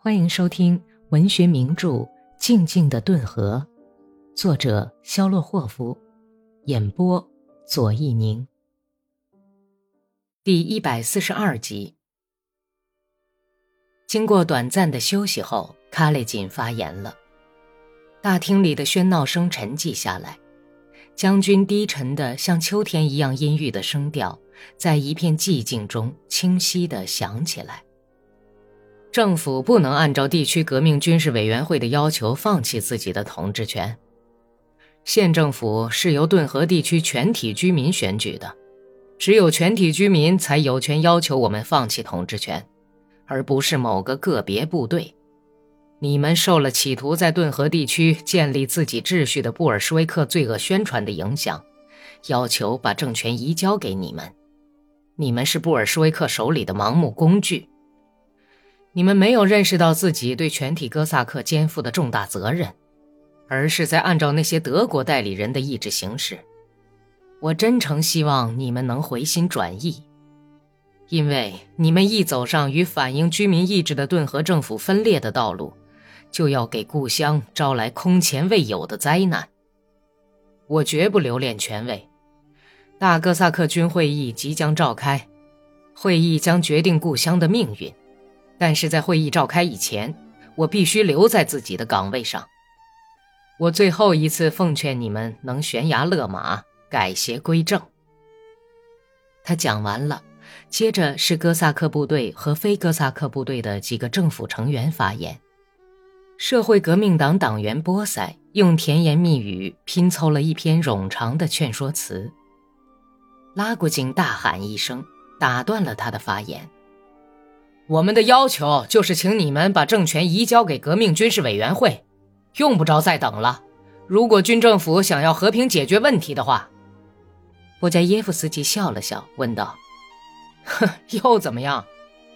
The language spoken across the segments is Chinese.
欢迎收听文学名著《静静的顿河》，作者肖洛霍夫，演播左一宁。第142集。经过短暂的休息后，卡列金发言了。大厅里的喧闹声沉寂下来，将军低沉的像秋天一样阴郁的声调在一片寂静中清晰地响起来。政府不能按照地区革命军事委员会的要求放弃自己的统治权。县政府是由顿河地区全体居民选举的，只有全体居民才有权要求我们放弃统治权，而不是某个个别部队。你们受了企图在顿河地区建立自己秩序的布尔什维克罪恶宣传的影响，要求把政权移交给你们。你们是布尔什维克手里的盲目工具。你们没有认识到自己对全体哥萨克肩负的重大责任，而是在按照那些德国代理人的意志行事。我真诚希望你们能回心转意，因为你们一走上与反映居民意志的顿河政府分裂的道路，就要给故乡招来空前未有的灾难。我绝不留恋权位。大哥萨克军会议即将召开，会议将决定故乡的命运。但是在会议召开以前，我必须留在自己的岗位上。我最后一次奉劝你们能悬崖勒马，改邪归正。他讲完了，接着是哥萨克部队和非哥萨克部队的几个政府成员发言。社会革命党党员波塞用甜言蜜语拼凑了一篇冗长的劝说词。拉古井大喊一声，打断了他的发言。我们的要求就是请你们把政权移交给革命军事委员会，用不着再等了。如果军政府想要和平解决问题的话。波加耶夫斯基笑了笑，问道：又怎么样？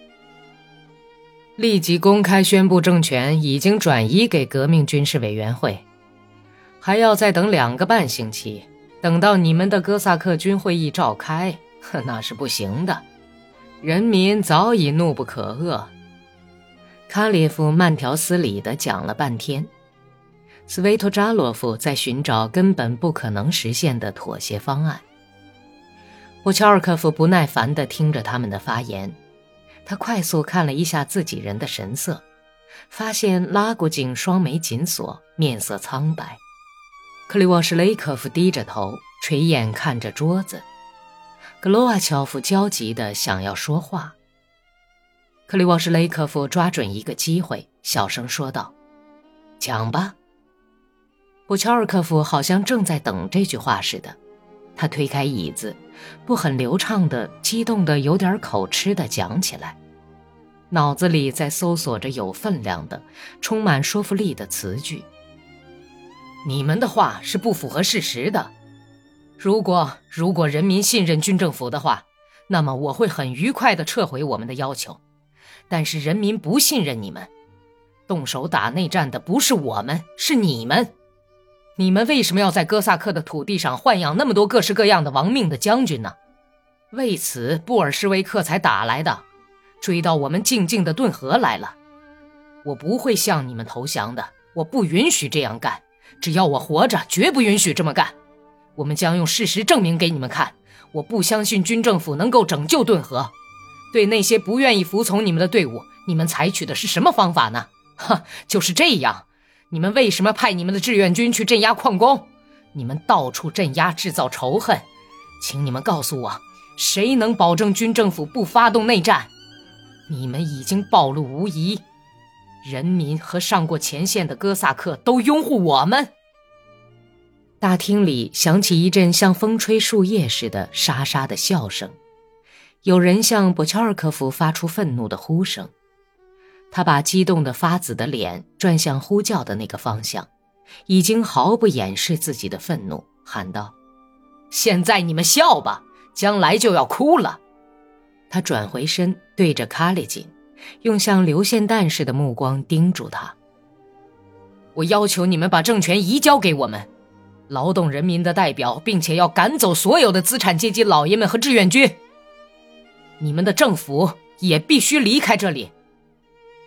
立即公开宣布政权已经转移给革命军事委员会，还要再等2个半星期，等到你们的哥萨克军会议召开，那是不行的。人民早已怒不可遏。卡列夫慢条斯理地讲了半天。斯维托扎洛夫在寻找根本不可能实现的妥协方案。波乔尔科夫不耐烦地听着他们的发言，他快速看了一下自己人的神色，发现拉古井双眉紧锁，面色苍白。克里沃什雷科夫低着头，垂眼看着桌子。格罗瓦乔夫焦急地想要说话。克里沃什雷科夫抓准一个机会，小声说道：讲吧。布乔尔科夫好像正在等这句话似的，他推开椅子，不很流畅地、激动得有点口吃地讲起来，脑子里在搜索着有分量的、充满说服力的词句。你们的话是不符合事实的。如果人民信任军政府的话，那么我会很愉快地撤回我们的要求。但是人民不信任你们，动手打内战的不是我们，是你们。你们为什么要在哥萨克的土地上豢养那么多各式各样的亡命的将军呢？为此布尔什维克才打来的，追到我们静静的顿河来了。我不会向你们投降的，我不允许这样干，只要我活着，绝不允许这么干。我们将用事实证明给你们看，我不相信军政府能够拯救顿河。对那些不愿意服从你们的队伍，你们采取的是什么方法呢？就是这样。你们为什么派你们的志愿军去镇压矿工？你们到处镇压，制造仇恨。请你们告诉我，谁能保证军政府不发动内战？你们已经暴露无遗。人民和上过前线的哥萨克都拥护我们。大厅里响起一阵像风吹树叶似的沙沙的笑声，有人向波乔尔科夫发出愤怒的呼声。他把激动的发紫的脸转向呼叫的那个方向，已经毫不掩饰自己的愤怒，喊道：现在你们笑吧，将来就要哭了。他转回身对着卡列金，用像流线弹似的目光盯住他。我要求你们把政权移交给我们，劳动人民的代表，并且要赶走所有的资产阶级老爷们和志愿军。你们的政府也必须离开这里。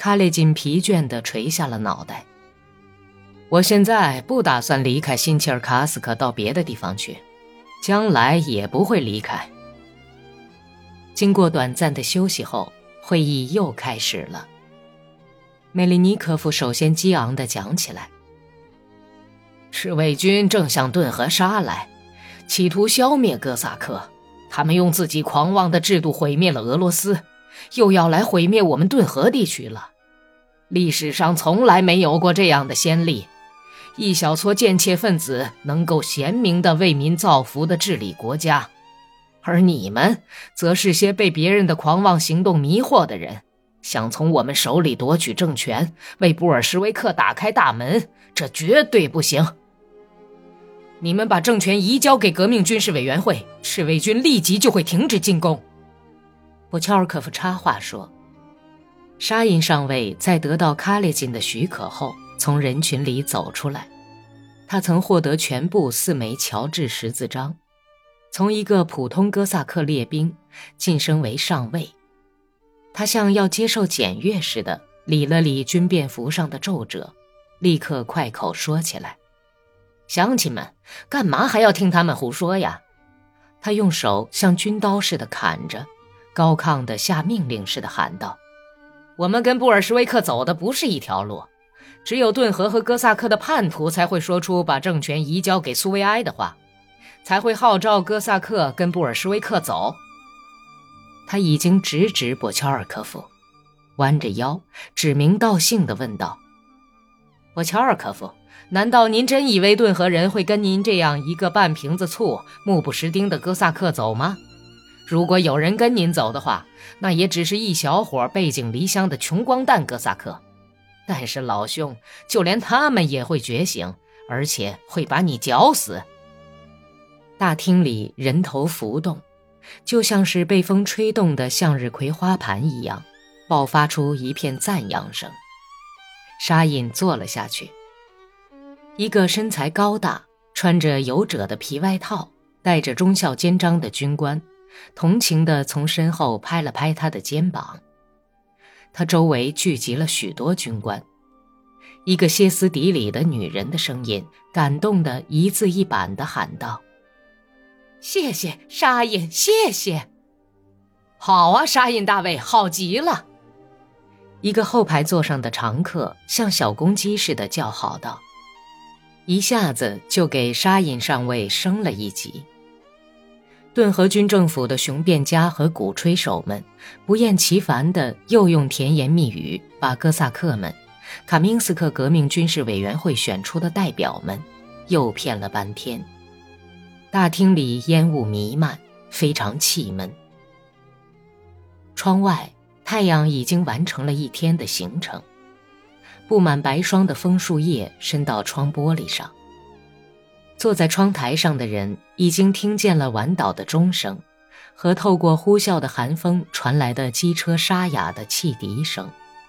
卡列金疲倦地垂下了脑袋。我现在不打算离开辛切尔卡斯克到别的地方去，将来也不会离开。经过短暂的休息后，会议又开始了。梅利尼科夫首先激昂地讲起来：赤卫军正向顿河杀来，企图消灭哥萨克，他们用自己狂妄的制度毁灭了俄罗斯，又要来毁灭我们顿河地区了。历史上从来没有过这样的先例，一小撮贱妾分子能够贤明地为民造福地治理国家，而你们则是些被别人的狂妄行动迷惑的人，想从我们手里夺取政权，为布尔什维克打开大门，这绝对不行。你们把政权移交给革命军事委员会，赤卫军立即就会停止进攻。布乔尔科夫插话说。沙因上尉在得到卡列金的许可后，从人群里走出来。他曾获得全部4枚乔治十字章，从一个普通哥萨克列兵晋升为上尉。他像要接受检阅似的理了理军便服上的皱褶，立刻快口说起来：乡亲们，干嘛还要听他们胡说呀？他用手像军刀似的砍着，高亢地下命令似的喊道：我们跟布尔什维克走的不是一条路，只有顿河和哥萨克的叛徒才会说出把政权移交给苏维埃的话，才会号召哥萨克跟布尔什维克走。他已经直指波乔尔科夫，弯着腰指名道姓地问道：波乔尔科夫，难道您真以为顿河人会跟您这样一个半瓶子醋目不识丁的哥萨克走吗？如果有人跟您走的话，那也只是一小伙背井离乡的穷光蛋哥萨克。但是老兄，就连他们也会觉醒，而且会把你绞死。大厅里人头浮动，就像是被风吹动的向日葵花盘一样，爆发出一片赞扬声。沙隐坐了下去。一个身材高大，穿着有褶的皮外套，戴着忠孝肩章的军官同情地从身后拍了拍他的肩膀。他周围聚集了许多军官。一个歇斯底里的女人的声音感动地一字一板地喊道：谢谢沙隐，谢谢。好啊，沙隐大尉，好极了。一个后排座上的常客像小公鸡似的叫好道，一下子就给沙隐上尉升了一级。顿河军政府的雄辩家和鼓吹手们不厌其烦地又用甜言蜜语把哥萨克们、卡明斯克革命军事委员会选出的代表们诱骗了半天。大厅里烟雾弥漫，非常气闷。窗外太阳已经完成了一天的行程，布满白霜的枫树叶伸到窗玻璃上。坐在窗台上的人已经听见了晚岛的钟声和透过呼啸的寒风传来的机车沙哑的汽笛声。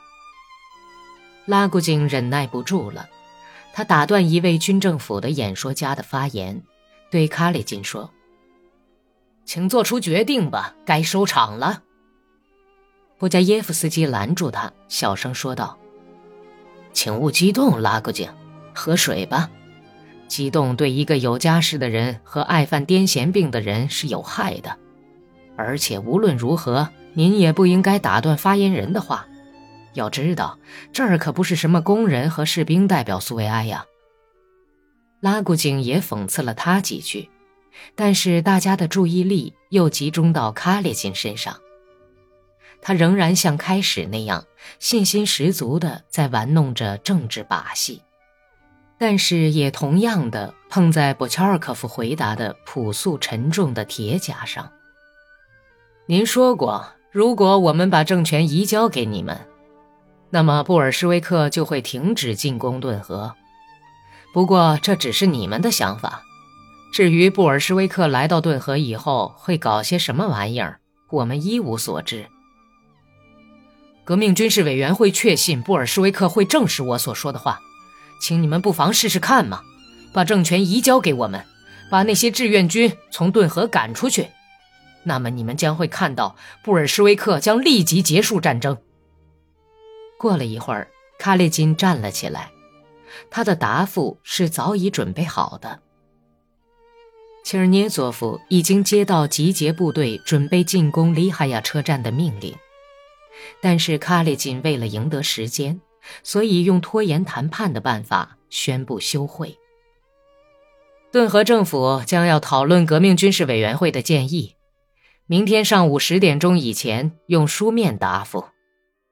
拉古金忍耐不住了，他打断一位军政府的演说家的发言，对卡列金说：请做出决定吧，该收场了。波加耶夫斯基拦住他，小声说道：请勿激动，拉古金，喝水吧。激动对一个有家室的人和爱犯癫痫病的人是有害的，而且无论如何，您也不应该打断发言人的话。要知道，这儿可不是什么工人和士兵代表苏维埃呀。拉古井也讽刺了他几句，但是大家的注意力又集中到卡列金身上。他仍然像开始那样信心十足地在玩弄着政治把戏，但是也同样的碰在波乔尔科夫回答的朴素沉重的铁甲上。您说过，如果我们把政权移交给你们，那么布尔什维克就会停止进攻顿河。不过这只是你们的想法，至于布尔什维克来到顿河以后会搞些什么玩意儿，我们一无所知。革命军事委员会确信布尔什维克会证实我所说的话，请你们不妨试试看嘛，把政权移交给我们，把那些志愿军从顿河赶出去，那么你们将会看到布尔什维克将立即结束战争。 过了一会儿，卡列金站了起来，他的答复是早已准备好的。切尔涅佐夫已经接到集结部队准备进攻里哈亚车站的命令，但是卡列金为了赢得时间，所以用拖延谈判的办法宣布休会。顿河政府将要讨论革命军事委员会的建议，明天上午10点钟以前用书面答复。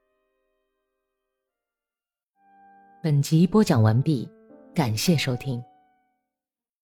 本集播讲完毕，感谢收听。